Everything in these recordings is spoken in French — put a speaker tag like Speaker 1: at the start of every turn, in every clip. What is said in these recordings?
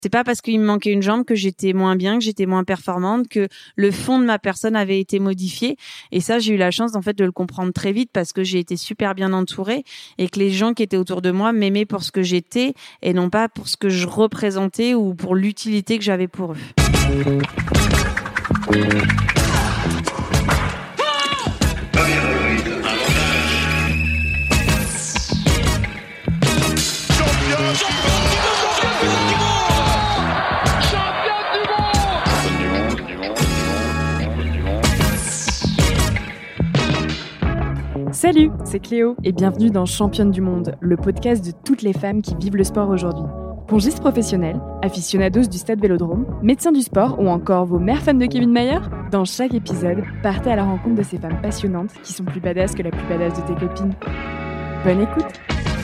Speaker 1: C'est pas parce qu'il me manquait une jambe que j'étais moins bien, que j'étais moins performante, que le fond de ma personne avait été modifié. Et ça, j'ai eu la chance, en fait, de le comprendre très vite parce que j'ai été super bien entourée et que les gens qui étaient autour de moi m'aimaient pour ce que j'étais et non pas pour ce que je représentais ou pour l'utilité que j'avais pour eux.
Speaker 2: Salut, c'est Cléo et bienvenue dans Championne du Monde, le podcast de toutes les femmes qui vivent le sport aujourd'hui. Pongistes professionnels, aficionados du stade Vélodrome, médecins du sport ou encore vos mères fans de Kevin Mayer, dans chaque épisode, partez à la rencontre de ces femmes passionnantes qui sont plus badass que la plus badass de tes copines. Bonne écoute.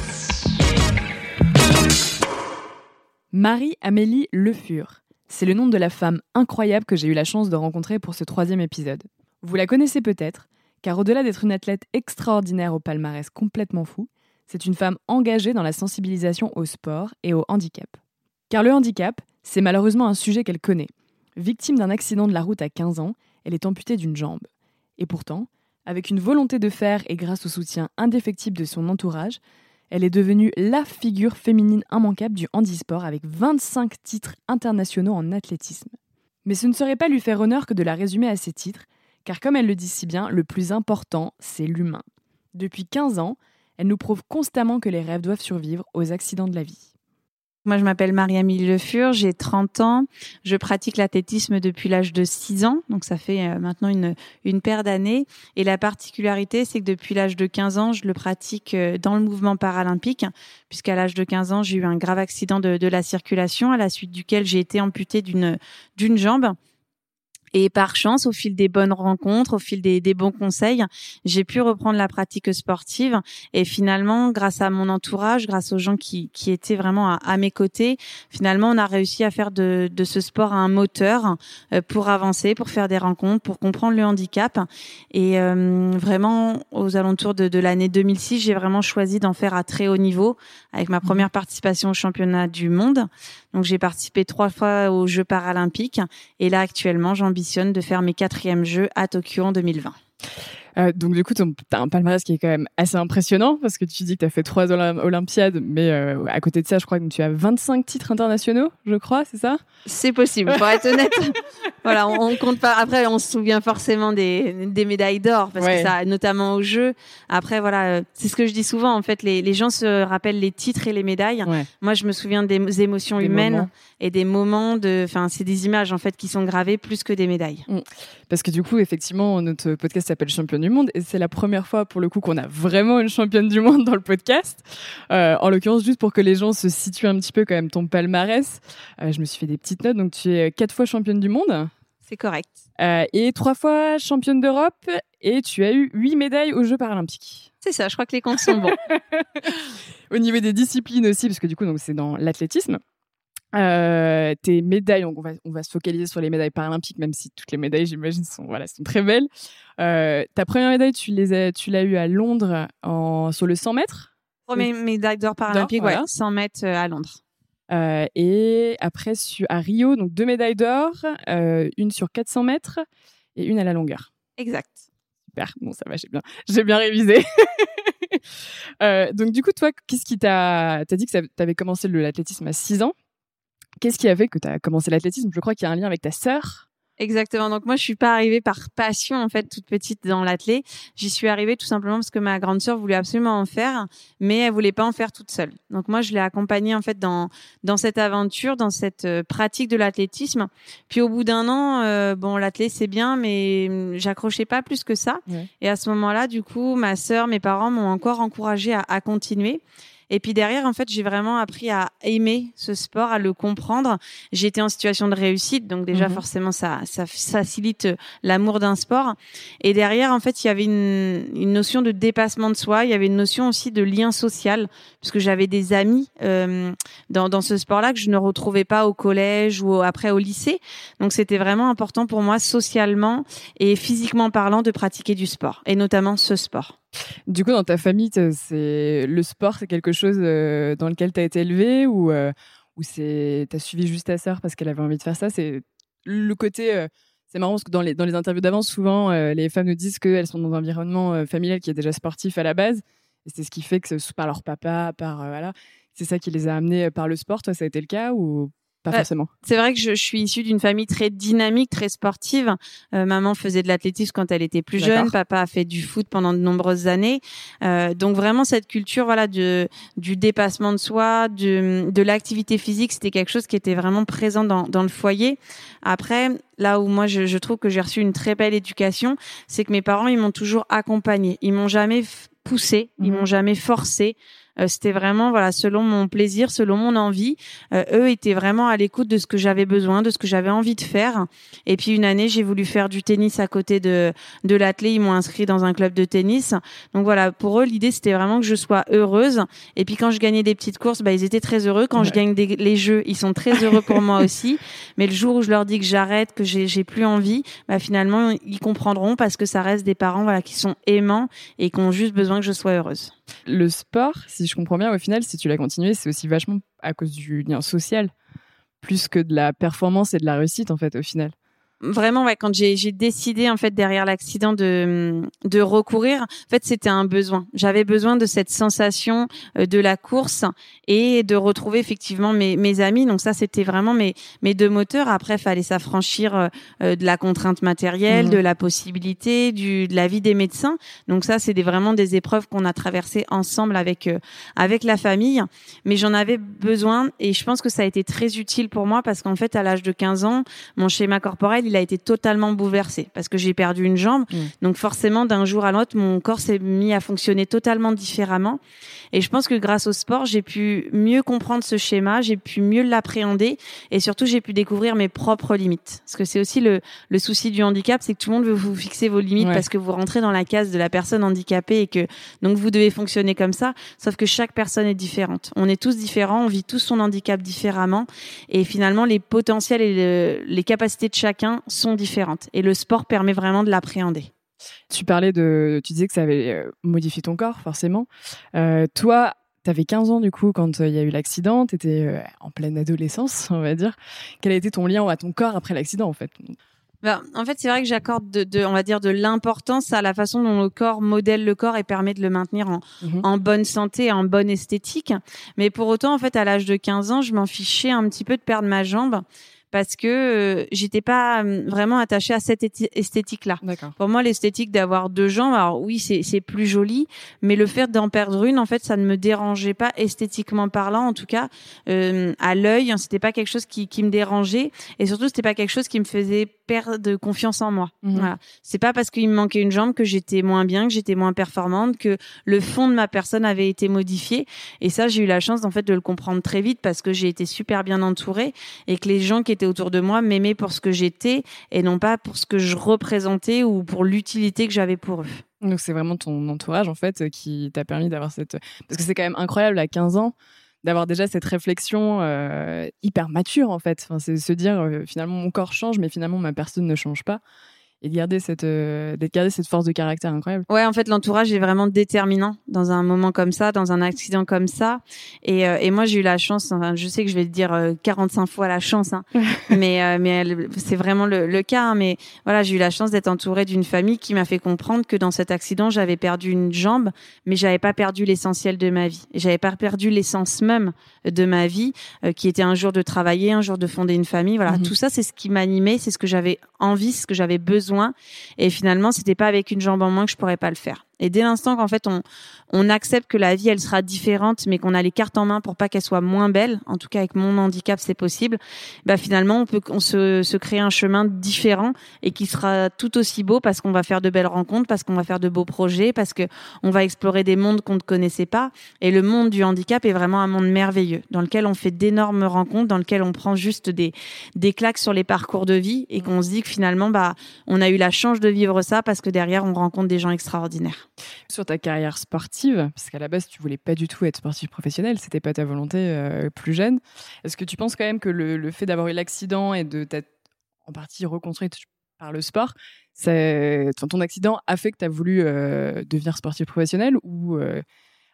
Speaker 2: Marie-Amélie Le Fur, c'est le nom de la femme incroyable que j'ai eu la chance de rencontrer pour ce 3e épisode. Vous la connaissez peut-être, car au-delà d'être une athlète extraordinaire au palmarès complètement fou, c'est une femme engagée dans la sensibilisation au sport et au handicap. Car le handicap, c'est malheureusement un sujet qu'elle connaît. Victime d'un accident de la route à 15 ans, elle est amputée d'une jambe. Et pourtant, avec une volonté de faire et grâce au soutien indéfectible de son entourage, elle est devenue la figure féminine immanquable du handisport avec 25 titres internationaux en athlétisme. Mais ce ne serait pas lui faire honneur que de la résumer à ces titres, car comme elle le dit si bien, le plus important, c'est l'humain. Depuis 15 ans, elle nous prouve constamment que les rêves doivent survivre aux accidents de la vie.
Speaker 1: Moi, je m'appelle Marie-Amélie Le Fur, j'ai 30 ans. Je pratique l'athlétisme depuis l'âge de 6 ans, donc ça fait maintenant une paire d'années. Et la particularité, c'est que depuis l'âge de 15 ans, je le pratique dans le mouvement paralympique, puisqu'à l'âge de 15 ans, j'ai eu un grave accident de la circulation, à la suite duquel j'ai été amputée d'une jambe. Et par chance, au fil des bonnes rencontres, au fil des bons conseils, j'ai pu reprendre la pratique sportive. Et finalement, grâce à mon entourage, grâce aux gens qui étaient vraiment à mes côtés, finalement, on a réussi à faire de ce sport un moteur pour avancer, pour faire des rencontres, pour comprendre le handicap. Et vraiment, aux alentours de l'année 2006, j'ai vraiment choisi d'en faire à très haut niveau, avec ma première participation au championnat du monde. Donc, j'ai participé 3 fois aux Jeux paralympiques. Et là, actuellement, j'ambitionne de faire mes 4e Jeux à Tokyo en 2020.
Speaker 2: Donc du coup, t'as un palmarès qui est quand même assez impressionnant parce que tu dis que t'as fait 3 Olympiades, mais à côté de ça, je crois que tu as 25 titres internationaux, je crois, c'est ça ?
Speaker 1: C'est possible, pour être honnête. Voilà, on compte pas. Après, on se souvient forcément des médailles d'or parce que ça, notamment aux Jeux. Après, voilà, c'est ce que je dis souvent. En fait, les gens se rappellent les titres et les médailles. Ouais. Moi, je me souviens des émotions humaines moments. Et des moments enfin, c'est des images en fait qui sont gravées plus que des médailles.
Speaker 2: Parce que du coup, effectivement, notre podcast s'appelle Championne du Monde et c'est la première fois pour le coup qu'on a vraiment une championne du monde dans le podcast. En l'occurrence, juste pour que les gens se situent un petit peu quand même ton palmarès, je me suis fait des petites notes. Donc tu es 4 fois championne du monde.
Speaker 1: C'est correct.
Speaker 2: Et 3 fois championne d'Europe et tu as eu 8 médailles aux Jeux paralympiques.
Speaker 1: C'est ça, je crois que les comptes sont bons.
Speaker 2: Au niveau des disciplines aussi, parce que du coup, donc, c'est dans l'athlétisme. Tes médailles, donc on va se focaliser sur les médailles paralympiques, même si toutes les médailles, j'imagine, sont très belles. Ta première médaille, tu l'as eue à Londres sur le 100 mètres.
Speaker 1: Première médaille d'or paralympique, voilà. 100 mètres à Londres.
Speaker 2: Et après, à Rio, donc 2 médailles d'or, une sur 400 mètres et une à la longueur.
Speaker 1: Exact.
Speaker 2: Super, bon, ça va, j'ai bien révisé. Donc du coup, toi, qu'est-ce qui t'as dit que tu avais commencé l'athlétisme à 6 ans. Qu'est-ce qui a fait que tu as commencé l'athlétisme ? Je crois qu'il y a un lien avec ta sœur.
Speaker 1: Exactement. Donc moi, je suis pas arrivée par passion en fait toute petite dans l'athlé. J'y suis arrivée tout simplement parce que ma grande sœur voulait absolument en faire, mais elle voulait pas en faire toute seule. Donc moi, je l'ai accompagnée en fait dans cette aventure, dans cette pratique de l'athlétisme. Puis au bout d'un an, l'athlé c'est bien, mais j'accrochais pas plus que ça. Ouais. Et à ce moment-là, du coup, ma sœur, mes parents m'ont encore encouragée à continuer. Et puis derrière, en fait, j'ai vraiment appris à aimer ce sport, à le comprendre. J'étais en situation de réussite, donc déjà forcément ça facilite l'amour d'un sport. Et derrière, en fait, il y avait une notion de dépassement de soi. Il y avait une notion aussi de lien social, parce que j'avais des amis dans ce sport-là que je ne retrouvais pas au collège ou après au lycée. Donc c'était vraiment important pour moi socialement et physiquement parlant de pratiquer du sport, et notamment ce sport.
Speaker 2: Du coup, dans ta famille, le sport, c'est quelque chose dans lequel tu as été élevée ou ou t'as suivi juste ta sœur parce qu'elle avait envie de faire ça? C'est le côté... c'est marrant parce que dans les interviews d'avant, souvent, les femmes nous disent qu'elles sont dans un environnement familial qui est déjà sportif à la base. Et c'est ce qui fait que ce soit par leur papa, voilà. C'est ça qui les a amenés par le sport. Toi, ça a été le cas ou pas forcément?
Speaker 1: C'est vrai que je suis issue d'une famille très dynamique, très sportive. Maman faisait de l'athlétisme quand elle était plus jeune. Papa a fait du foot pendant de nombreuses années. Donc vraiment cette culture, voilà, du dépassement de soi, de l'activité physique, c'était quelque chose qui était vraiment présent dans le foyer. Après, là où moi je trouve que j'ai reçu une très belle éducation, c'est que mes parents, ils m'ont toujours accompagnée. Ils m'ont jamais poussée, ils m'ont jamais forcée. C'était vraiment, voilà, selon mon plaisir, selon mon envie. Eux étaient vraiment à l'écoute de ce que j'avais besoin, de ce que j'avais envie de faire. Et puis une année, j'ai voulu faire du tennis à côté de l'athlé. Ils m'ont inscrit dans un club de tennis. Donc voilà, pour eux, l'idée, c'était vraiment que je sois heureuse. Et puis quand je gagnais des petites courses, ils étaient très heureux. Quand je gagne les jeux, ils sont très heureux pour moi aussi. Mais le jour où je leur dis que j'arrête, que j'ai plus envie, finalement, ils comprendront parce que ça reste des parents, voilà, qui sont aimants et qui ont juste besoin que je sois heureuse.
Speaker 2: Le sport, si je comprends bien, au final, si tu l'as continué, c'est aussi vachement à cause du lien social, plus que de la performance et de la réussite, en fait, au final.
Speaker 1: Vraiment, ouais, quand j'ai décidé, en fait, derrière l'accident de recourir, en fait, c'était un besoin. J'avais besoin de cette sensation de la course et de retrouver effectivement mes amis. Donc ça, c'était vraiment mes deux moteurs. Après, fallait s'affranchir de la contrainte matérielle, de la possibilité, de la vie des médecins. Donc ça, c'est vraiment des épreuves qu'on a traversées ensemble avec la famille. Mais j'en avais besoin et je pense que ça a été très utile pour moi parce qu'en fait, à l'âge de 15 ans, mon schéma corporel, il a été totalement bouleversé parce que j'ai perdu une jambe. Donc forcément, d'un jour à l'autre, mon corps s'est mis à fonctionner totalement différemment. Et je pense que grâce au sport, j'ai pu mieux comprendre ce schéma, j'ai pu mieux l'appréhender et surtout, j'ai pu découvrir mes propres limites. Parce que c'est aussi le souci du handicap, c'est que tout le monde veut vous fixer vos limites parce que vous rentrez dans la case de la personne handicapée et que donc vous devez fonctionner comme ça. Sauf que chaque personne est différente. On est tous différents, on vit tous son handicap différemment et finalement, les potentiels et les capacités de chacun sont différentes et le sport permet vraiment de l'appréhender.
Speaker 2: Tu disais que ça avait modifié ton corps, forcément. Toi, tu avais 15 ans, du coup, quand il y a eu l'accident. Tu étais en pleine adolescence, on va dire. Quel a été ton lien à ton corps après l'accident, en fait?
Speaker 1: En fait, c'est vrai que j'accorde on va dire de l'importance à la façon dont le corps modèle le corps et permet de le maintenir en bonne santé, en bonne esthétique. Mais pour autant, en fait, à l'âge de 15 ans, je m'en fichais un petit peu de perdre ma jambe. Parce que j'étais pas vraiment attachée à cette esthétique-là.
Speaker 2: D'accord.
Speaker 1: Pour moi, l'esthétique d'avoir deux jambes, alors oui, c'est plus joli, mais le fait d'en perdre une, en fait, ça ne me dérangeait pas esthétiquement parlant, en tout cas à l'œil, c'était pas quelque chose qui me dérangeait, et surtout c'était pas quelque chose qui me faisait perdre de confiance en moi. Voilà. C'est pas parce qu'il me manquait une jambe que j'étais moins bien, que j'étais moins performante, que le fond de ma personne avait été modifié. Et ça, j'ai eu la chance en fait de le comprendre très vite parce que j'ai été super bien entourée et que les gens qui étaient autour de moi m'aimaient pour ce que j'étais et non pas pour ce que je représentais ou pour l'utilité que j'avais pour eux.
Speaker 2: Donc c'est vraiment ton entourage en fait qui t'a permis d'avoir parce que c'est quand même incroyable à 15 ans d'avoir déjà cette réflexion hyper mature en fait. Enfin, c'est se dire finalement mon corps change mais finalement ma personne ne change pas. Et de garder cette force de caractère incroyable.
Speaker 1: Ouais, en fait, l'entourage est vraiment déterminant dans un moment comme ça, dans un accident comme ça. Et moi, j'ai eu la chance, enfin, je sais que je vais te dire 45 fois la chance, hein, mais c'est vraiment le cas. Hein, mais voilà, j'ai eu la chance d'être entourée d'une famille qui m'a fait comprendre que dans cet accident, j'avais perdu une jambe, mais j'avais pas perdu l'essentiel de ma vie. Et j'avais pas perdu l'essence même de ma vie, qui était un jour de travailler, un jour de fonder une famille. Voilà, tout ça, c'est ce qui m'animait, c'est ce que j'avais envie, c'est ce que j'avais besoin. Et finalement, c'était pas avec une jambe en moins que je pourrais pas le faire. Et dès l'instant qu'en fait on accepte que la vie elle sera différente, mais qu'on a les cartes en main pour pas qu'elle soit moins belle, en tout cas avec mon handicap c'est possible. Finalement on se crée un chemin différent et qui sera tout aussi beau parce qu'on va faire de belles rencontres, parce qu'on va faire de beaux projets, parce que on va explorer des mondes qu'on ne connaissait pas. Et le monde du handicap est vraiment un monde merveilleux dans lequel on fait d'énormes rencontres, dans lequel on prend juste des claques sur les parcours de vie et qu'on se dit que finalement on a eu la chance de vivre ça parce que derrière on rencontre des gens extraordinaires.
Speaker 2: Sur ta carrière sportive, parce qu'à la base tu voulais pas du tout être sportif professionnel, c'était pas ta volonté plus jeune. Est-ce que tu penses quand même que le fait d'avoir eu l'accident et de t'être en partie reconstruite par le sport, ton accident a fait que tu as voulu devenir sportif professionnel ou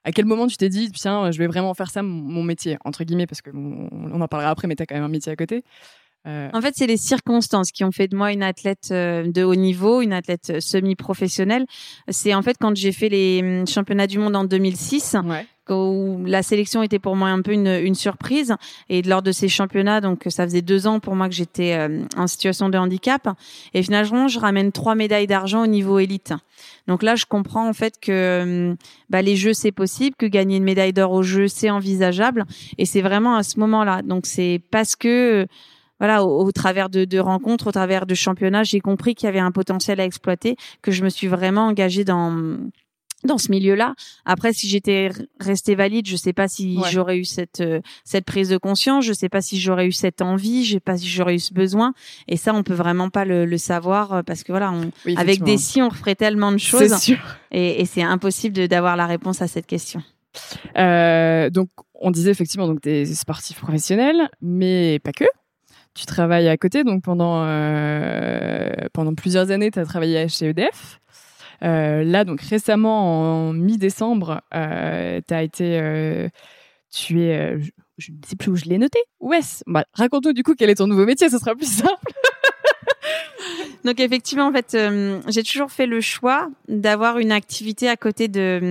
Speaker 2: À quel moment tu t'es dit, tiens, je vais vraiment faire ça mon métier, entre guillemets, parce que on en parlera après, mais t'as quand même un métier à côté.
Speaker 1: En fait, c'est les circonstances qui ont fait de moi une athlète de haut niveau, une athlète semi-professionnelle. C'est en fait quand j'ai fait les championnats du monde en 2006, où la sélection était pour moi un peu une surprise. Et lors de ces championnats, donc ça faisait 2 ans pour moi que j'étais en situation de handicap. Et finalement, je ramène 3 médailles d'argent au niveau élite. Donc là, je comprends en fait que les Jeux, c'est possible, que gagner une médaille d'or aux Jeux, c'est envisageable. Et c'est vraiment à ce moment-là. Donc c'est parce que voilà, au travers de rencontres, au travers de championnats, j'ai compris qu'il y avait un potentiel à exploiter, que je me suis vraiment engagée dans ce milieu-là. Après, si j'étais restée valide, je sais pas si j'aurais eu cette prise de conscience, je sais pas si j'aurais eu cette envie, je sais pas si j'aurais eu ce besoin. Et ça, on peut vraiment pas le savoir parce que voilà, avec des si, on ferait tellement de choses.
Speaker 2: C'est sûr.
Speaker 1: Et c'est impossible d'avoir la réponse à cette question.
Speaker 2: Donc, on disait effectivement, donc t'es sportif professionnel, mais pas que. Tu travailles à côté, donc pendant plusieurs années, tu as travaillé chez EDF. Là, donc récemment, en mi-décembre, tu es, je ne sais plus où je l'ai noté. Raconte-nous du coup quel est ton nouveau métier, ce sera plus simple.
Speaker 1: Donc effectivement, en fait, j'ai toujours fait le choix d'avoir une activité à côté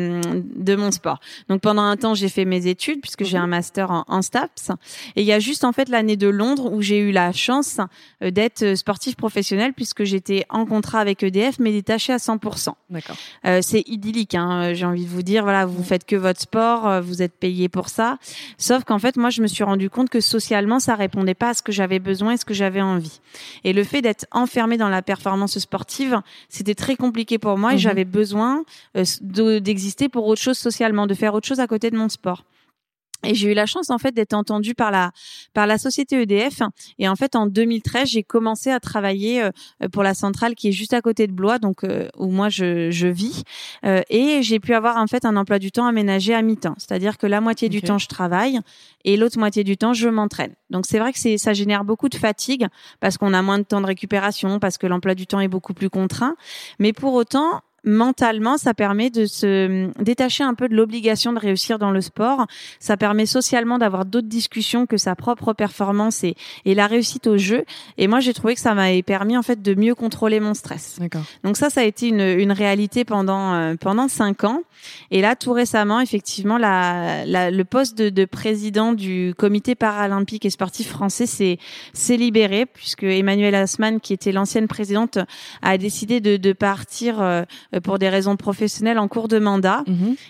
Speaker 1: de mon sport. Donc pendant un temps, j'ai fait mes études puisque j'ai un master en STAPS. Et il y a juste en fait l'année de Londres où j'ai eu la chance d'être sportive professionnelle puisque j'étais en contrat avec EDF mais détachée à 100%.
Speaker 2: D'accord.
Speaker 1: C'est idyllique, hein, j'ai envie de vous dire. Voilà, vous faites que votre sport, vous êtes payé pour ça. Sauf qu'en fait, moi, je me suis rendu compte que socialement, ça répondait pas à ce que j'avais besoin et ce que j'avais envie. Et le fait d'être enfermée dans la performance sportive, c'était très compliqué pour moi et j'avais besoin d'exister pour autre chose socialement, de faire autre chose à côté de mon sport. Et j'ai eu la chance en fait d'être entendue par la société EDF et en fait en 2013 j'ai commencé à travailler pour la centrale qui est juste à côté de Blois donc où moi je vis et j'ai pu avoir en fait un emploi du temps aménagé à mi-temps, c'est-à-dire que la moitié du temps je travaille et l'autre moitié du temps je m'entraîne. Donc c'est vrai que ça génère beaucoup de fatigue parce qu'on a moins de temps de récupération, parce que l'emploi du temps est beaucoup plus contraint, mais pour autant mentalement, ça permet de se détacher un peu de l'obligation de réussir dans le sport. Ça permet socialement d'avoir d'autres discussions que sa propre performance et la réussite au jeu. Et moi, j'ai trouvé que ça m'avait permis en fait de mieux contrôler mon stress.
Speaker 2: D'accord.
Speaker 1: Donc ça a été une réalité pendant 5 ans. Et là, tout récemment, effectivement, le poste de président du comité paralympique et sportif français s'est libéré puisque Emmanuelle Hasman, qui était l'ancienne présidente, a décidé de partir pour des raisons professionnelles en cours de mandat.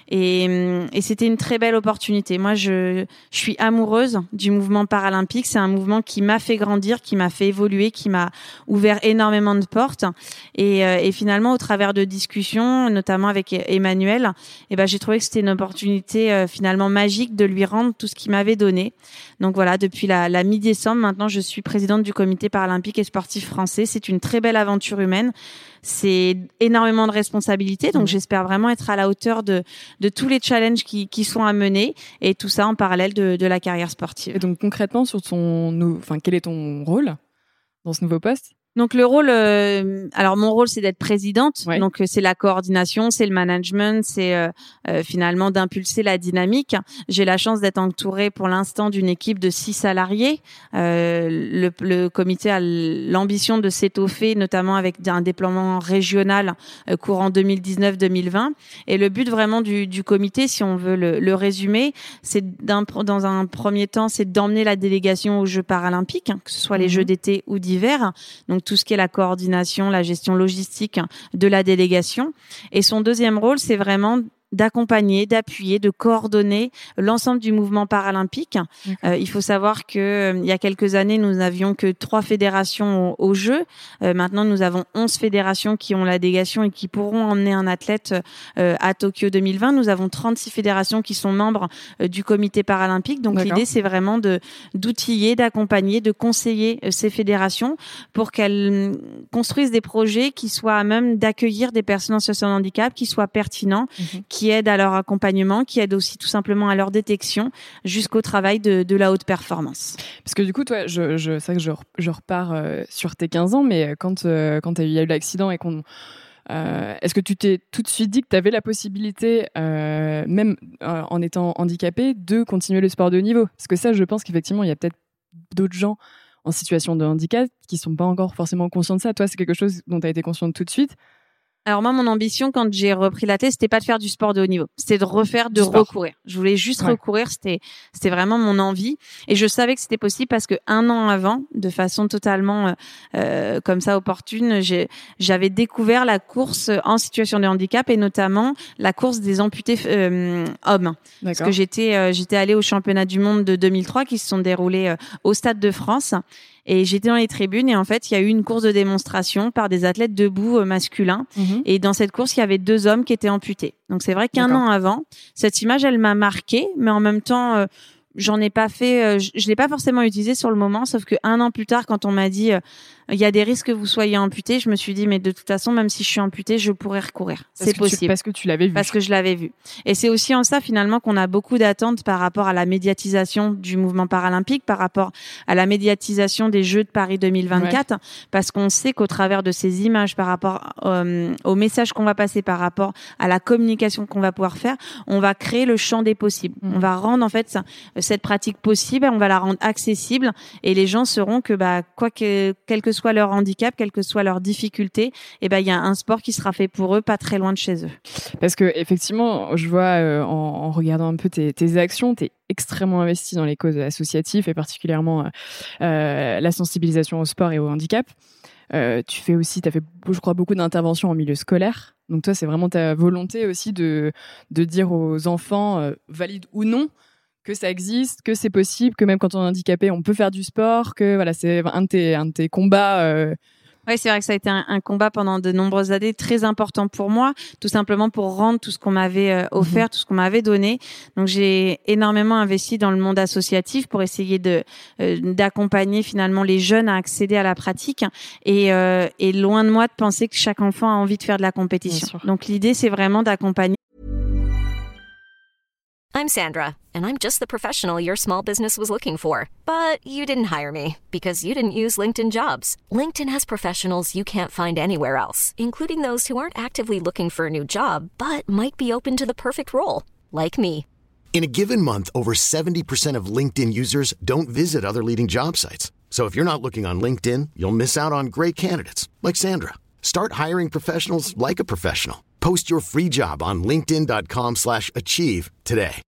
Speaker 1: Et c'était une très belle opportunité. Moi, je suis amoureuse du mouvement paralympique. C'est un mouvement qui m'a fait grandir, qui m'a fait évoluer, qui m'a ouvert énormément de portes. Et finalement, au travers de discussions, notamment avec Emmanuel, j'ai trouvé que c'était une opportunité finalement magique de lui rendre tout ce qu'il m'avait donné. Donc voilà, depuis la mi-décembre, maintenant, je suis présidente du comité paralympique et sportif français. C'est une très belle aventure humaine. C'est énormément de responsabilités, donc j'espère vraiment être à la hauteur de tous les challenges qui sont à mener et tout ça en parallèle de la carrière sportive.
Speaker 2: Et donc concrètement, quel est ton rôle dans ce nouveau poste ?
Speaker 1: Donc le rôle, alors mon rôle c'est d'être présidente,
Speaker 2: ouais.
Speaker 1: Donc c'est la coordination, c'est le management, c'est finalement d'impulser la dynamique. J'ai la chance d'être entourée pour l'instant d'une équipe de 6 salariés. Le comité a l'ambition de s'étoffer, notamment avec un déploiement régional courant 2019-2020. Et le but vraiment du comité, si on veut le résumer, c'est dans un premier temps, c'est d'emmener la délégation aux Jeux paralympiques, que ce soit les Jeux d'été ou d'hiver. Donc tout ce qui est la coordination, la gestion logistique de la délégation. Et son deuxième rôle, c'est vraiment d'accompagner, d'appuyer, de coordonner l'ensemble du mouvement paralympique. Il faut savoir que il y a quelques années, nous n'avions que 3 fédérations aux Jeux. Maintenant, nous avons 11 fédérations qui ont la délégation et qui pourront emmener un athlète à Tokyo 2020. Nous avons 36 fédérations qui sont membres du comité paralympique. Donc l'idée, c'est vraiment d'outiller, d'accompagner, de conseiller ces fédérations pour qu'elles construisent des projets qui soient à même d'accueillir des personnes en situation de handicap, qui soient pertinents, qui aident à leur accompagnement, qui aident aussi tout simplement à leur détection jusqu'au travail de la haute performance.
Speaker 2: Parce que du coup, toi, c'est vrai que je repars sur tes 15 ans, mais quand il y a eu l'accident et qu'on Est-ce que tu t'es tout de suite dit que tu avais la possibilité, même en étant handicapé, de continuer le sport de haut niveau? Parce que ça, je pense qu'effectivement, il y a peut-être d'autres gens en situation de handicap qui sont pas encore forcément conscients de ça. Toi, c'est quelque chose dont tu as été consciente tout de suite?
Speaker 1: Alors moi, mon ambition quand j'ai repris l'athlète, c'était pas de faire du sport de haut niveau, c'était de recourir. Je voulais juste recourir, c'était vraiment mon envie, et je savais que c'était possible parce que 1 an avant, de façon totalement comme ça opportune, j'avais découvert la course en situation de handicap et notamment la course des amputés hommes. Parce que j'étais allée au championnat du monde de 2003 qui se sont déroulés au Stade de France. Et j'étais dans les tribunes et en fait, il y a eu une course de démonstration par des athlètes debout masculins. Et dans cette course, il y avait 2 hommes qui étaient amputés. Donc c'est vrai qu'un an avant, cette image, elle m'a marquée, mais en même temps, j'en ai pas fait, je l'ai pas forcément utilisée sur le moment, sauf que 1 an plus tard, quand on m'a dit il y a des risques que vous soyez amputé, je me suis dit mais de toute façon, même si je suis amputée, je pourrais recourir. C'est possible.
Speaker 2: Parce que tu l'avais vu.
Speaker 1: Parce que je l'avais vu. Et c'est aussi en ça finalement qu'on a beaucoup d'attentes par rapport à la médiatisation du mouvement paralympique, par rapport à la médiatisation des Jeux de Paris 2024, parce qu'on sait qu'au travers de ces images, par rapport au message qu'on va passer, par rapport à la communication qu'on va pouvoir faire, on va créer le champ des possibles. On va rendre en fait cette pratique possible, on va la rendre accessible et les gens sauront que quel que soit leur handicap, quelle que soit leur difficulté, il y a un sport qui sera fait pour eux, pas très loin de chez eux.
Speaker 2: Parce que effectivement, je vois en regardant un peu tes actions, t'es extrêmement investi dans les causes associatives et particulièrement la sensibilisation au sport et au handicap. T'as fait, je crois, beaucoup d'interventions en milieu scolaire. Donc toi, c'est vraiment ta volonté aussi de dire aux enfants, valides ou non, que ça existe, que c'est possible, que même quand on est handicapé, on peut faire du sport, que voilà, c'est un de tes combats.
Speaker 1: Oui, c'est vrai que ça a été un combat pendant de nombreuses années, très important pour moi, tout simplement pour rendre tout ce qu'on m'avait offert, tout ce qu'on m'avait donné. Donc j'ai énormément investi dans le monde associatif pour essayer d'accompagner finalement les jeunes à accéder à la pratique. Et loin de moi de penser que chaque enfant a envie de faire de la compétition. Donc l'idée, c'est vraiment d'accompagner.
Speaker 3: I'm Sandra, and I'm just the professional your small business was looking for. But you didn't hire me because you didn't use LinkedIn Jobs. LinkedIn has professionals you can't find anywhere else, including those who aren't actively looking for a new job, but might be open to the perfect role, like me.
Speaker 4: In a given month, over 70% of LinkedIn users don't visit other leading job sites. So if you're not looking on LinkedIn, you'll miss out on great candidates, like Sandra. Start hiring professionals like a professional. Post your free job on linkedin.com/achieve today.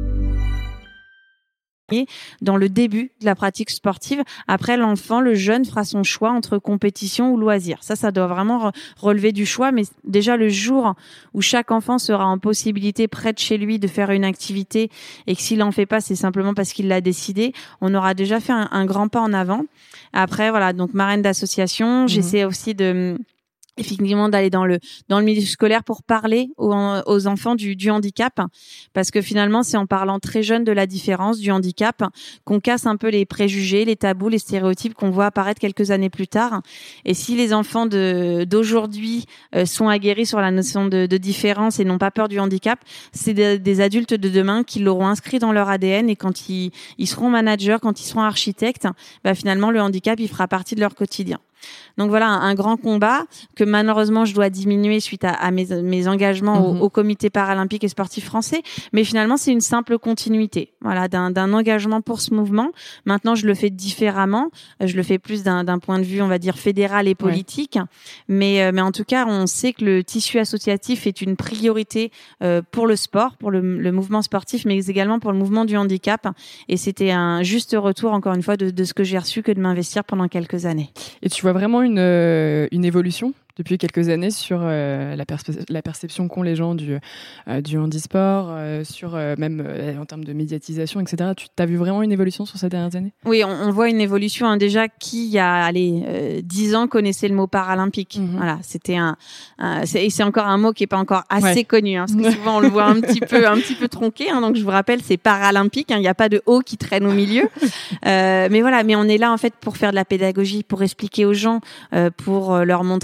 Speaker 1: Dans le début de la pratique sportive, après l'enfant, le jeune fera son choix entre compétition ou loisir. Ça doit vraiment relever du choix, mais déjà le jour où chaque enfant sera en possibilité près de chez lui de faire une activité et que s'il en fait pas, c'est simplement parce qu'il l'a décidé, on aura déjà fait un grand pas en avant. Après, voilà, donc marraine d'association, j'essaie aussi effectivement d'aller dans le milieu scolaire pour parler aux enfants du handicap, parce que finalement c'est en parlant très jeune de la différence du handicap qu'on casse un peu les préjugés, les tabous, les stéréotypes qu'on voit apparaître quelques années plus tard. Et si les enfants d'aujourd'hui sont aguerris sur la notion de différence et n'ont pas peur du handicap, c'est des adultes de demain qui l'auront inscrit dans leur ADN, et quand ils seront managers, quand ils seront architectes, finalement le handicap il fera partie de leur quotidien. Donc voilà, un grand combat que malheureusement je dois diminuer suite à mes engagements au comité paralympique et sportif français, mais finalement c'est une simple continuité, voilà, d'un engagement pour ce mouvement. Maintenant je le fais différemment, je le fais plus d'un point de vue, on va dire, fédéral et politique, mais en tout cas on sait que le tissu associatif est une priorité pour le sport, pour le mouvement sportif, mais également pour le mouvement du handicap, et c'était un juste retour encore une fois de ce que j'ai reçu que de m'investir pendant quelques années.
Speaker 2: Et tu vois vraiment une évolution depuis quelques années sur la perception qu'ont les gens du handisport, sur même en termes de médiatisation, etc. Tu as vu vraiment une évolution sur ces dernières années? Oui,
Speaker 1: on voit une évolution. Déjà, qui il y a 10 ans connaissait le mot paralympique. Voilà, c'était c'est encore un mot qui est pas encore assez connu, parce que souvent on le voit un petit peu tronqué. Donc je vous rappelle, c'est paralympique. Il n'y a pas de O qui traîne au milieu. Mais voilà, mais on est là en fait pour faire de la pédagogie, pour expliquer aux gens, pour leur montrer notre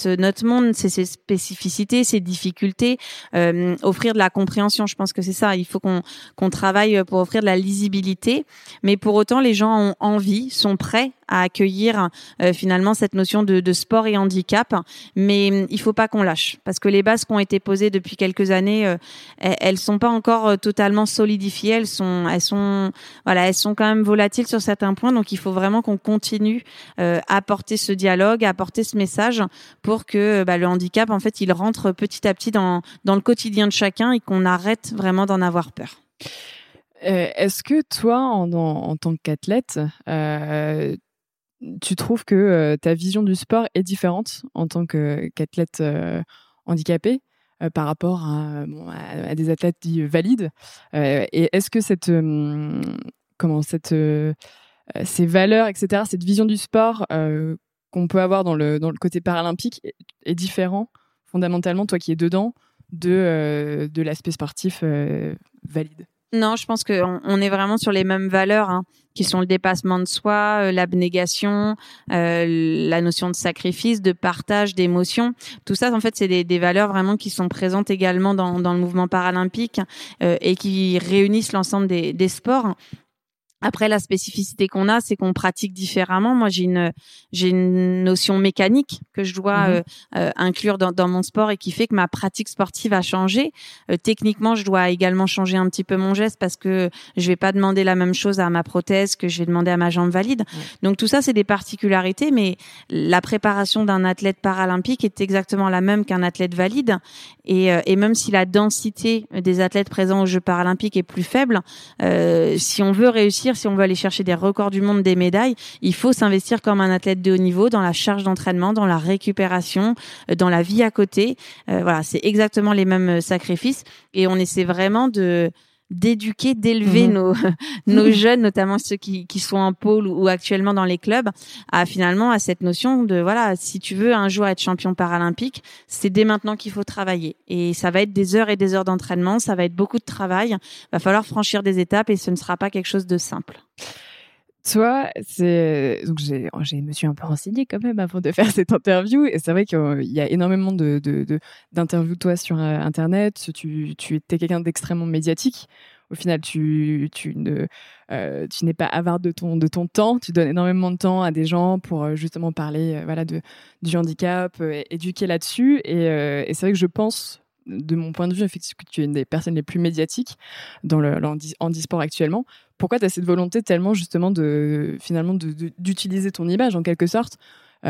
Speaker 1: notre monde, c'est ses spécificités, ses difficultés, offrir de la compréhension. Je pense que c'est ça. Il faut qu'on travaille pour offrir de la lisibilité, mais pour autant, les gens ont envie, sont prêts à accueillir finalement cette notion de sport et handicap, mais il faut pas qu'on lâche, parce que les bases qui ont été posées depuis quelques années, elles sont pas encore totalement solidifiées, elles sont quand même volatiles sur certains points, donc il faut vraiment qu'on continue à porter ce dialogue, à porter ce message pour que le handicap, en fait, il rentre petit à petit dans le quotidien de chacun et qu'on arrête vraiment d'en avoir peur.
Speaker 2: Est-ce que toi, en tant qu'athlète, tu trouves que ta vision du sport est différente en tant qu'athlète handicapé par rapport à des athlètes dits valides, et est-ce que ces valeurs, etc., cette vision du sport qu'on peut avoir dans le côté paralympique est différent fondamentalement, toi qui es dedans, de l'aspect sportif valide?
Speaker 1: Non, je pense qu'on est vraiment sur les mêmes valeurs, qui sont le dépassement de soi, l'abnégation, la notion de sacrifice, de partage, d'émotion. Tout ça, en fait, c'est des valeurs vraiment qui sont présentes également dans le mouvement paralympique et qui réunissent l'ensemble des sports. Après, la spécificité qu'on a, c'est qu'on pratique différemment. Moi, j'ai une notion mécanique que je dois inclure dans mon sport et qui fait que ma pratique sportive a changé. Techniquement, je dois également changer un petit peu mon geste parce que je vais pas demander la même chose à ma prothèse que je vais demander à ma jambe valide. Donc tout ça, c'est des particularités, mais la préparation d'un athlète paralympique est exactement la même qu'un athlète valide. Et même si la densité des athlètes présents aux Jeux paralympiques est plus faible, si on veut réussir, si on veut aller chercher des records du monde, des médailles, il faut s'investir comme un athlète de haut niveau dans la charge d'entraînement, dans la récupération, dans la vie à côté. Voilà, c'est exactement les mêmes sacrifices et on essaie vraiment d'éduquer, d'élever nos jeunes, notamment ceux qui sont en pôle ou actuellement dans les clubs, à cette notion de voilà, si tu veux un jour être champion paralympique, c'est dès maintenant qu'il faut travailler. Et ça va être des heures et des heures d'entraînement, ça va être beaucoup de travail, va falloir franchir des étapes et ce ne sera pas quelque chose de simple.
Speaker 2: Toi, donc je me suis un peu renseignée quand même avant de faire cette interview et c'est vrai qu'il y a énormément d'interviews de toi sur internet. Tu étais quelqu'un d'extrêmement médiatique. Au final, tu n'es pas avare de ton temps. Tu donnes énormément de temps à des gens pour justement parler du handicap, éduquer là-dessus. Et c'est vrai que je pense, de mon point de vue, effectivement, que tu es une des personnes les plus médiatiques dans le handisport actuellement. Pourquoi tu as cette volonté tellement justement d'utiliser ton image en quelque sorte,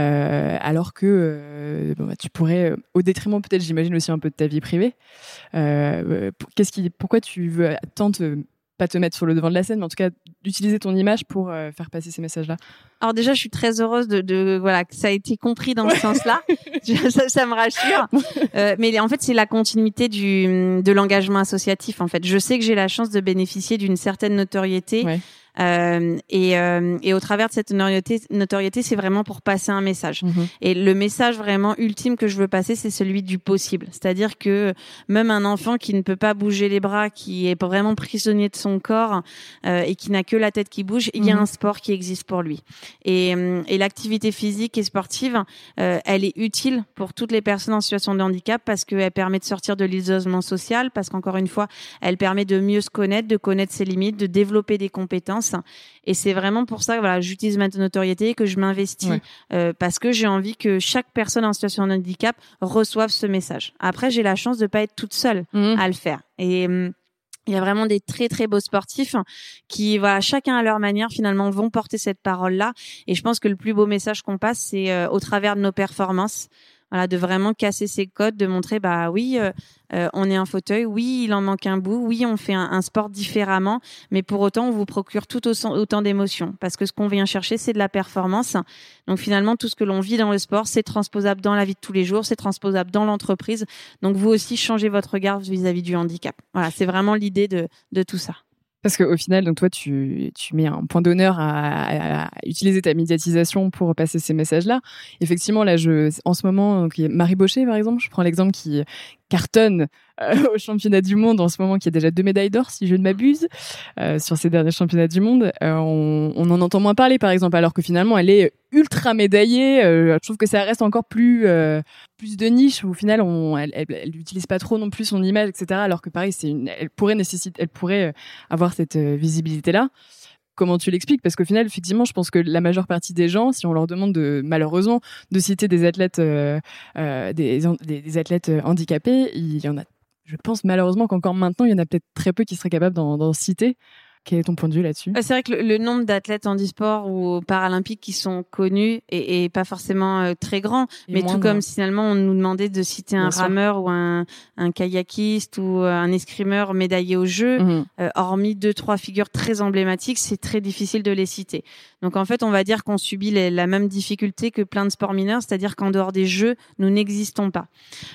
Speaker 2: alors que tu pourrais, au détriment peut-être, j'imagine aussi un peu de ta vie privée, pourquoi tu veux tant pas te mettre sur le devant de la scène, mais en tout cas d'utiliser ton image pour faire passer ces messages-là? Alors
Speaker 1: déjà, je suis très heureuse que ça a été compris dans ce sens-là. ça me rassure. Mais en fait, c'est la continuité de l'engagement associatif. En fait, je sais que j'ai la chance de bénéficier d'une certaine notoriété. Ouais. Et au travers de cette notoriété, c'est vraiment pour passer un message. Et le message vraiment ultime que je veux passer, c'est celui du possible. C'est-à-dire que même un enfant qui ne peut pas bouger les bras, qui est vraiment prisonnier de son corps et qui n'a que la tête qui bouge, il y a un sport qui existe pour lui. Et l'activité physique et sportive, elle est utile pour toutes les personnes en situation de handicap parce qu'elle permet de sortir de l'isolement social, parce qu'encore une fois, elle permet de mieux se connaître, de connaître ses limites, de développer des compétences. Et c'est vraiment pour ça que j'utilise ma notoriété, que je m'investis parce que j'ai envie que chaque personne en situation de handicap reçoive ce message. Après, j'ai la chance de pas être toute seule à le faire. Et il y a vraiment des très très beaux sportifs qui, chacun à leur manière, finalement, vont porter cette parole-là. Et je pense que le plus beau message qu'on passe, c'est au travers de nos performances. Voilà, de vraiment casser ces codes, de montrer, on est un fauteuil, oui, il en manque un bout, oui, on fait un sport différemment, mais pour autant, on vous procure tout autant d'émotions. Parce que ce qu'on vient chercher, c'est de la performance. Donc finalement, tout ce que l'on vit dans le sport, c'est transposable dans la vie de tous les jours, c'est transposable dans l'entreprise. Donc vous aussi, changez votre regard vis-à-vis du handicap. Voilà, c'est vraiment l'idée de tout ça.
Speaker 2: Parce qu'au final, donc toi, tu mets un point d'honneur à utiliser ta médiatisation pour passer ces messages-là. Effectivement, là, en ce moment, donc, il y a Marie Bochet, par exemple, je prends l'exemple, qui cartonne au championnat du monde en ce moment, qui a déjà 2 médailles d'or, si je ne m'abuse, sur ces derniers championnats du monde. On en entend moins parler, par exemple, alors que finalement, elle est ultra médaillée. Je trouve que ça reste encore plus de niche, où au final, elle n'utilise pas trop non plus son image, etc. Alors que pareil, elle pourrait avoir cette visibilité-là. Comment tu l'expliques? Parce qu'au final, effectivement, je pense que la majeure partie des gens, si on leur demande malheureusement de citer des athlètes, des athlètes handicapés, il y en a. Je pense malheureusement qu'encore maintenant, il y en a peut-être très peu qui seraient capables d'en citer. Quel est ton point de vue là-dessus?
Speaker 1: C'est vrai que le nombre d'athlètes handisport ou paralympiques qui sont connus est pas forcément très grand, mais tout comme finalement on nous demandait de citer un rameur ou un kayakiste ou un escrimeur médaillé aux Jeux, hormis 2-3 figures très emblématiques, c'est très difficile de les citer. Donc en fait, on va dire qu'on subit la même difficulté que plein de sports mineurs, c'est-à-dire qu'en dehors des Jeux, nous n'existons pas.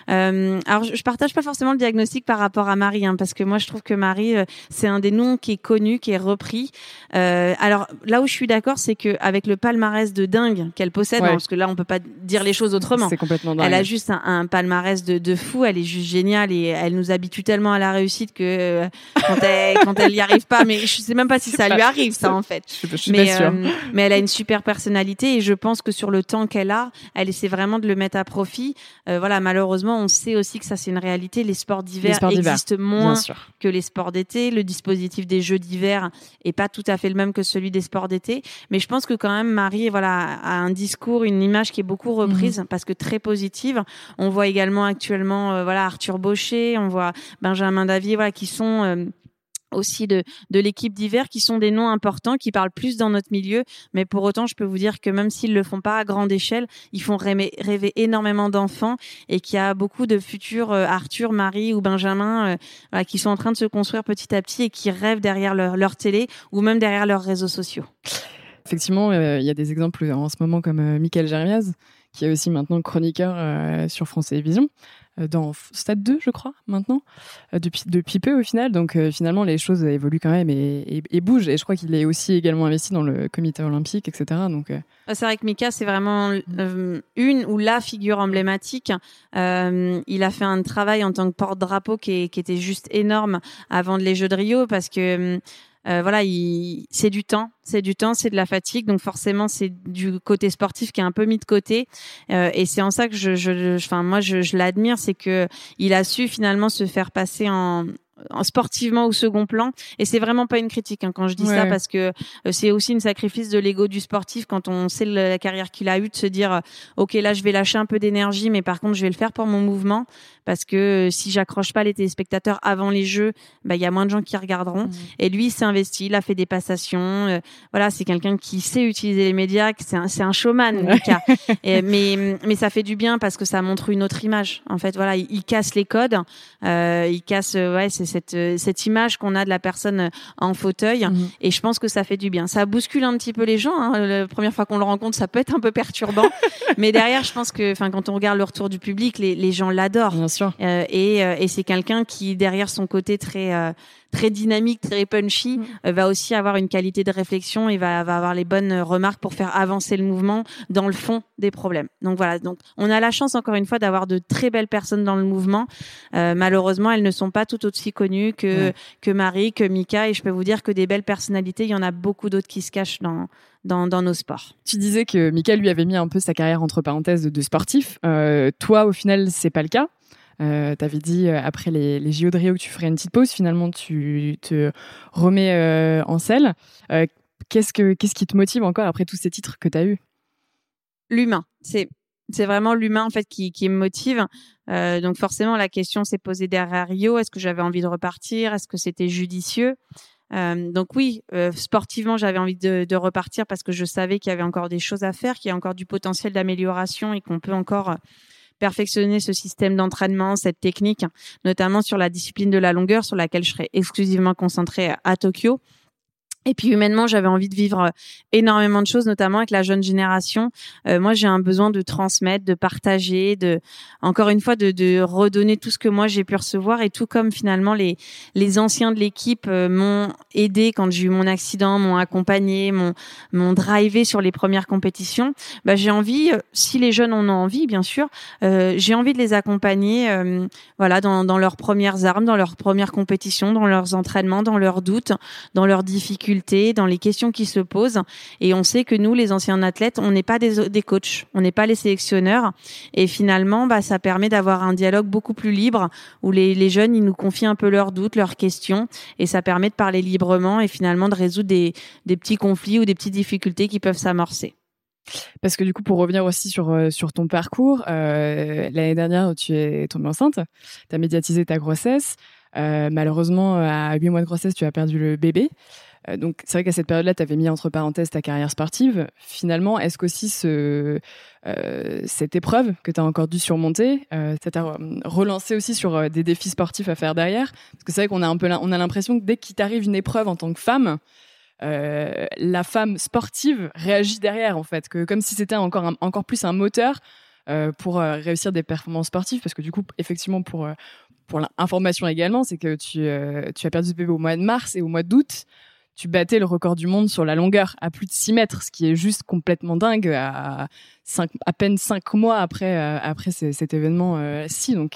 Speaker 1: Alors je partage pas forcément le diagnostic par rapport à Marie, parce que moi je trouve que Marie, c'est un des noms qui est connu, qui est repris. Alors là où je suis d'accord, c'est que avec le palmarès de dingue qu'elle possède, parce que là on peut pas dire les choses autrement.
Speaker 2: C'est complètement dingue.
Speaker 1: Elle a juste un palmarès de fou. Elle est juste géniale et elle nous habitue tellement à la réussite que quand elle y arrive pas, mais je sais même pas si ça lui arrive ça en fait.
Speaker 2: Je suis pas sûre.
Speaker 1: Mais elle a une super personnalité et je pense que sur le temps qu'elle a, elle essaie vraiment de le mettre à profit. Voilà, malheureusement, on sait aussi que ça c'est une réalité. Les sports d'hiver existent moins que les sports d'été. Le dispositif des Jeux d'hiver est pas tout à fait le même que celui des sports d'été. Mais je pense que quand même Marie, a un discours, une image qui est beaucoup reprise parce que très positive. On voit également actuellement, Arthur Bauchet, on voit Benjamin Davier, qui sont aussi de l'équipe d'hiver, qui sont des noms importants, qui parlent plus dans notre milieu, mais pour autant, je peux vous dire que même s'ils le font pas à grande échelle, ils font rêver énormément d'enfants et qu'il y a beaucoup de futurs Arthur, Marie ou Benjamin qui sont en train de se construire petit à petit et qui rêvent derrière leur télé ou même derrière leurs réseaux sociaux.
Speaker 2: Effectivement, il y a des exemples en ce moment comme Mickaël Jeremias, qui est aussi maintenant chroniqueur sur France Télévisions, dans Stade 2, je crois, maintenant, depuis peu au final. Donc finalement, les choses évoluent quand même et bougent. Et je crois qu'il est aussi également investi dans le comité olympique, etc. Donc,
Speaker 1: c'est vrai que Mika, c'est vraiment une ou la figure emblématique. Il a fait un travail en tant que porte-drapeau qui était juste énorme avant les Jeux de Rio parce que... c'est du temps, c'est de la fatigue, donc forcément c'est du côté sportif qui est un peu mis de côté, et c'est en ça que je l'admire, c'est que il a su finalement se faire passer en sportivement au second plan, et c'est vraiment pas une critique quand je dis ça, parce que c'est aussi une sacrifice de l'ego du sportif quand on sait la carrière qu'il a eue, de se dire ok, là je vais lâcher un peu d'énergie, mais par contre je vais le faire pour mon mouvement, parce que si j'accroche pas les téléspectateurs avant les Jeux, il y a moins de gens qui regarderont. Et lui il s'est investi, il a fait des passations, c'est quelqu'un qui sait utiliser les médias, c'est un showman, Mika. mais ça fait du bien parce que ça montre une autre image en fait. Il casse les codes, il casse c'est cette image qu'on a de la personne en fauteuil, et je pense que ça fait du bien. Ça bouscule un petit peu les gens, la première fois qu'on le rencontre, ça peut être un peu perturbant, mais derrière, je pense que quand on regarde le retour du public, les gens l'adorent.
Speaker 2: Bien sûr.
Speaker 1: Et c'est quelqu'un qui, derrière son côté très dynamique, très punchy, va aussi avoir une qualité de réflexion et va avoir les bonnes remarques pour faire avancer le mouvement dans le fond des problèmes. Donc voilà, donc on a la chance encore une fois d'avoir de très belles personnes dans le mouvement. Malheureusement, elles ne sont pas toutes aussi connues que Marie, que Mika, et je peux vous dire que des belles personnalités, il y en a beaucoup d'autres qui se cachent dans nos sports.
Speaker 2: Tu disais que Mika lui avait mis un peu sa carrière entre parenthèses de sportif. Toi, au final, c'est pas le cas. T'avais dit après les JO de Rio que tu ferais une petite pause. Finalement, tu te remets en selle. Qu'est-ce qui te motive encore après tous ces titres que t'as eus?
Speaker 1: L'humain. C'est vraiment l'humain en fait qui me motive. Donc forcément, la question s'est posée derrière Rio. Est-ce que j'avais envie de repartir? Est-ce que c'était judicieux? Donc oui, sportivement, j'avais envie de repartir parce que je savais qu'il y avait encore des choses à faire, qu'il y a encore du potentiel d'amélioration et qu'on peut encore perfectionner ce système d'entraînement, cette technique, notamment sur la discipline de la longueur sur laquelle je serai exclusivement concentrée à Tokyo. Et puis humainement, j'avais envie de vivre énormément de choses, notamment avec la jeune génération. Moi, j'ai un besoin de transmettre, de partager, encore une fois, de redonner tout ce que moi j'ai pu recevoir. Et tout comme finalement les anciens de l'équipe m'ont aidé quand j'ai eu mon accident, m'ont accompagné, m'ont drivé sur les premières compétitions. J'ai envie, si les jeunes en ont envie, bien sûr, j'ai envie de les accompagner, dans leurs premières armes, dans leurs premières compétitions, dans leurs entraînements, dans leurs doutes, dans leurs difficultés, dans les questions qui se posent. Et on sait que nous, les anciens athlètes, on n'est pas des coachs, on n'est pas les sélectionneurs. Et finalement, ça permet d'avoir un dialogue beaucoup plus libre où les jeunes, ils nous confient un peu leurs doutes, leurs questions. Et ça permet de parler librement et finalement de résoudre des petits conflits ou des petites difficultés qui peuvent s'amorcer.
Speaker 2: Parce que du coup, pour revenir aussi sur ton parcours, l'année dernière, tu es tombée enceinte, tu as médiatisé ta grossesse. Malheureusement, à 8 mois de grossesse, tu as perdu le bébé. Donc, c'est vrai qu'à cette période-là, tu avais mis entre parenthèses ta carrière sportive. Finalement, est-ce qu'aussi cette épreuve que tu as encore dû surmonter, ça t'a relancé aussi sur des défis sportifs à faire derrière? Parce que c'est vrai qu'on a l'impression que dès qu'il t'arrive une épreuve en tant que femme, la femme sportive réagit derrière, en fait, que comme si c'était encore plus un moteur pour réussir des performances sportives. Parce que du coup, effectivement, pour l'information également, c'est que tu as perdu ce bébé au mois de mars et au mois d'août, tu battais le record du monde sur la longueur à plus de 6 mètres, ce qui est juste complètement dingue à peine 5 mois après cet événement-ci. Donc,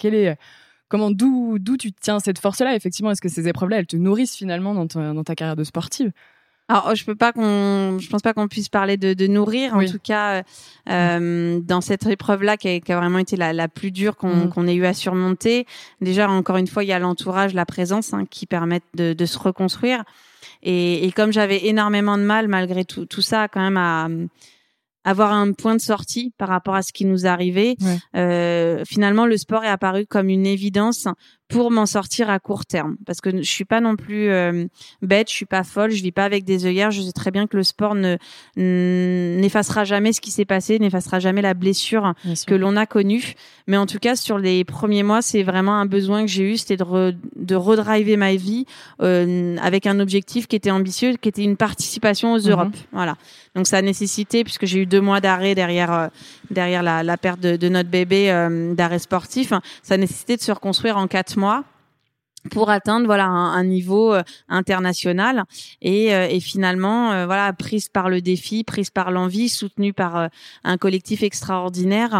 Speaker 2: d'où tu tiens cette force-là? Effectivement, est-ce que ces épreuves-là, elles te nourrissent finalement dans ta carrière de sportive?
Speaker 1: Alors, je pense pas qu'on puisse parler de nourrir. En tout cas, dans cette épreuve-là qui a vraiment été la plus dure qu'on ait eu à surmonter. Déjà, encore une fois, il y a l'entourage, la présence, qui permettent de se reconstruire. Et comme j'avais énormément de mal, malgré tout ça, quand même à avoir un point de sortie par rapport à ce qui nous arrivait. Finalement, le sport est apparu comme une évidence pour m'en sortir à court terme. Parce que je suis pas non plus bête, je suis pas folle, je vis pas avec des œillères. Je sais très bien que le sport n'effacera jamais ce qui s'est passé, n'effacera jamais la blessure que l'on a connue. Mais en tout cas, sur les premiers mois, c'est vraiment un besoin que j'ai eu, c'était de redriver ma vie avec un objectif qui était ambitieux, qui était une participation aux Europes. Voilà. Donc ça a nécessité, puisque j'ai eu 2 mois d'arrêt derrière la perte de notre bébé, d'arrêt sportif, ça a nécessité de se reconstruire en 4 mois pour atteindre un niveau international et finalement prise par le défi, prise par l'envie, soutenue par un collectif extraordinaire,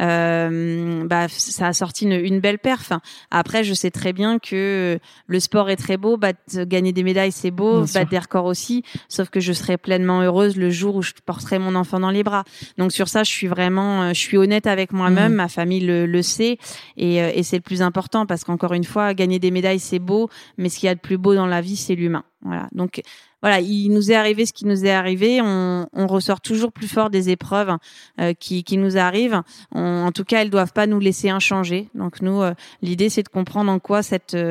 Speaker 1: ça a sorti une belle perf. Après, je sais très bien que le sport est très beau, gagner des médailles c'est beau, battre des records aussi, sauf que je serai pleinement heureuse le jour où je porterai mon enfant dans les bras. Donc sur ça, je suis honnête avec moi-même, ma famille le sait et c'est le plus important parce qu'encore une fois, gagner des médailles c'est beau, mais ce qu'il y a de plus beau dans la vie, c'est l'humain. Voilà. Donc, il nous est arrivé ce qui nous est arrivé. On ressort toujours plus fort des épreuves qui nous arrivent. En tout cas, elles doivent pas nous laisser inchangés. Donc, nous, l'idée, c'est de comprendre en quoi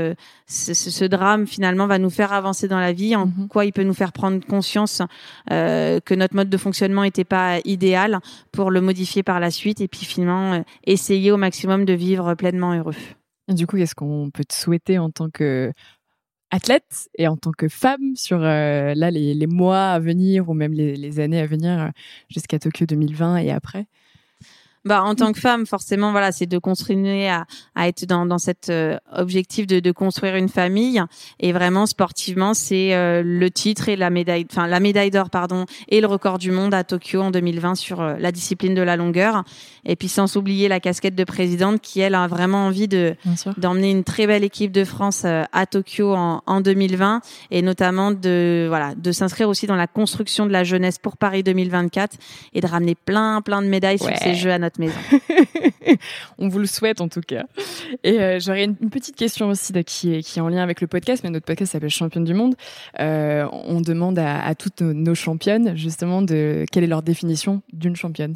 Speaker 1: ce drame, finalement, va nous faire avancer dans la vie, en quoi il peut nous faire prendre conscience que notre mode de fonctionnement était pas idéal pour le modifier par la suite et puis, finalement, essayer au maximum de vivre pleinement heureux.
Speaker 2: Et du coup, qu'est-ce qu'on peut te souhaiter en tant que athlète et en tant que femme sur les mois à venir ou même les années à venir jusqu'à Tokyo 2020 et après?
Speaker 1: En tant que femme, forcément, c'est de continuer à être dans cet objectif de construire une famille. Et vraiment, sportivement, c'est le titre et la médaille d'or, et le record du monde à Tokyo en 2020 sur la discipline de la longueur. Et puis, sans oublier la casquette de présidente qui, elle, a vraiment envie d'emmener une très belle équipe de France à Tokyo en 2020 et notamment de s'inscrire aussi dans la construction de la jeunesse pour Paris 2024 et de ramener plein de médailles sur ces Jeux à notre maison.
Speaker 2: On vous le souhaite en tout cas. Et j'aurais une petite question aussi qui est en lien avec le podcast, mais notre podcast s'appelle Championne du monde. On demande à toutes nos championnes justement quelle est leur définition d'une championne.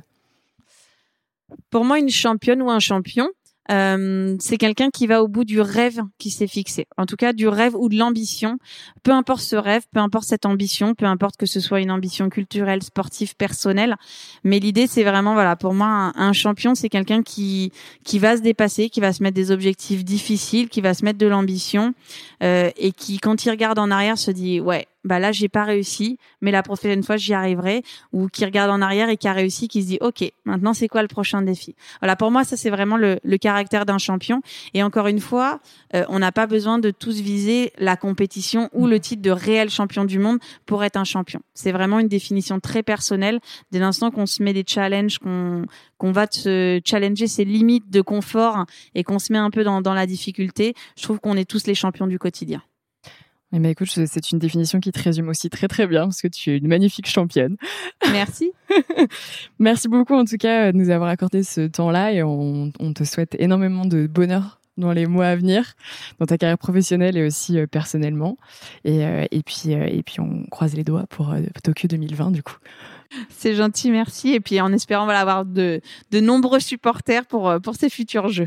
Speaker 1: Pour moi, une championne ou un champion, c'est quelqu'un qui va au bout du rêve qui s'est fixé. En tout cas, du rêve ou de l'ambition. Peu importe ce rêve, peu importe cette ambition, peu importe que ce soit une ambition culturelle, sportive, personnelle. Mais l'idée, c'est vraiment, pour moi, un champion, c'est quelqu'un qui va se dépasser, qui va se mettre des objectifs difficiles, qui va se mettre de l'ambition, et qui, quand il regarde en arrière, se dit, bah là j'ai pas réussi, mais la prochaine fois j'y arriverai, ou qui regarde en arrière et qui a réussi, qui se dit ok, maintenant c'est quoi le prochain défi. Voilà, pour moi ça c'est vraiment le caractère d'un champion. Et encore une fois, on n'a pas besoin de tous viser la compétition ou le titre de réel champion du monde pour être un champion. C'est vraiment une définition très personnelle. Dès l'instant qu'on se met des challenges, qu'on va se challenger ses limites de confort et qu'on se met un peu dans la difficulté, je trouve qu'on est tous les champions du quotidien.
Speaker 2: Eh bien, écoute, c'est une définition qui te résume aussi très très bien parce que tu es une magnifique championne.
Speaker 1: Merci.
Speaker 2: Merci beaucoup en tout cas de nous avoir accordé ce temps-là et on te souhaite énormément de bonheur dans les mois à venir, dans ta carrière professionnelle et aussi personnellement. Et puis on croise les doigts pour Tokyo 2020 du coup.
Speaker 1: C'est gentil, merci. Et puis en espérant avoir de nombreux supporters pour ces futurs Jeux.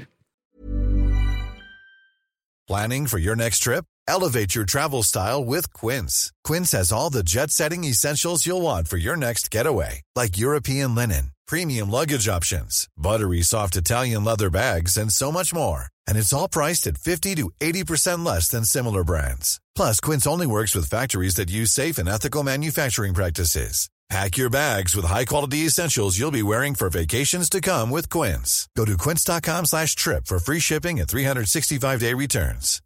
Speaker 5: Planning for your next trip? Elevate your travel style with Quince. Quince has all the jet-setting essentials you'll want for your next getaway, like European linen, premium luggage options, buttery soft Italian leather bags, and so much more. And it's all priced at 50 to 80% less than similar brands. Plus, Quince only works with factories that use safe and ethical manufacturing practices. Pack your bags with high-quality essentials you'll be wearing for vacations to come with Quince. Go to quince.com/trip for free shipping and 365-day returns.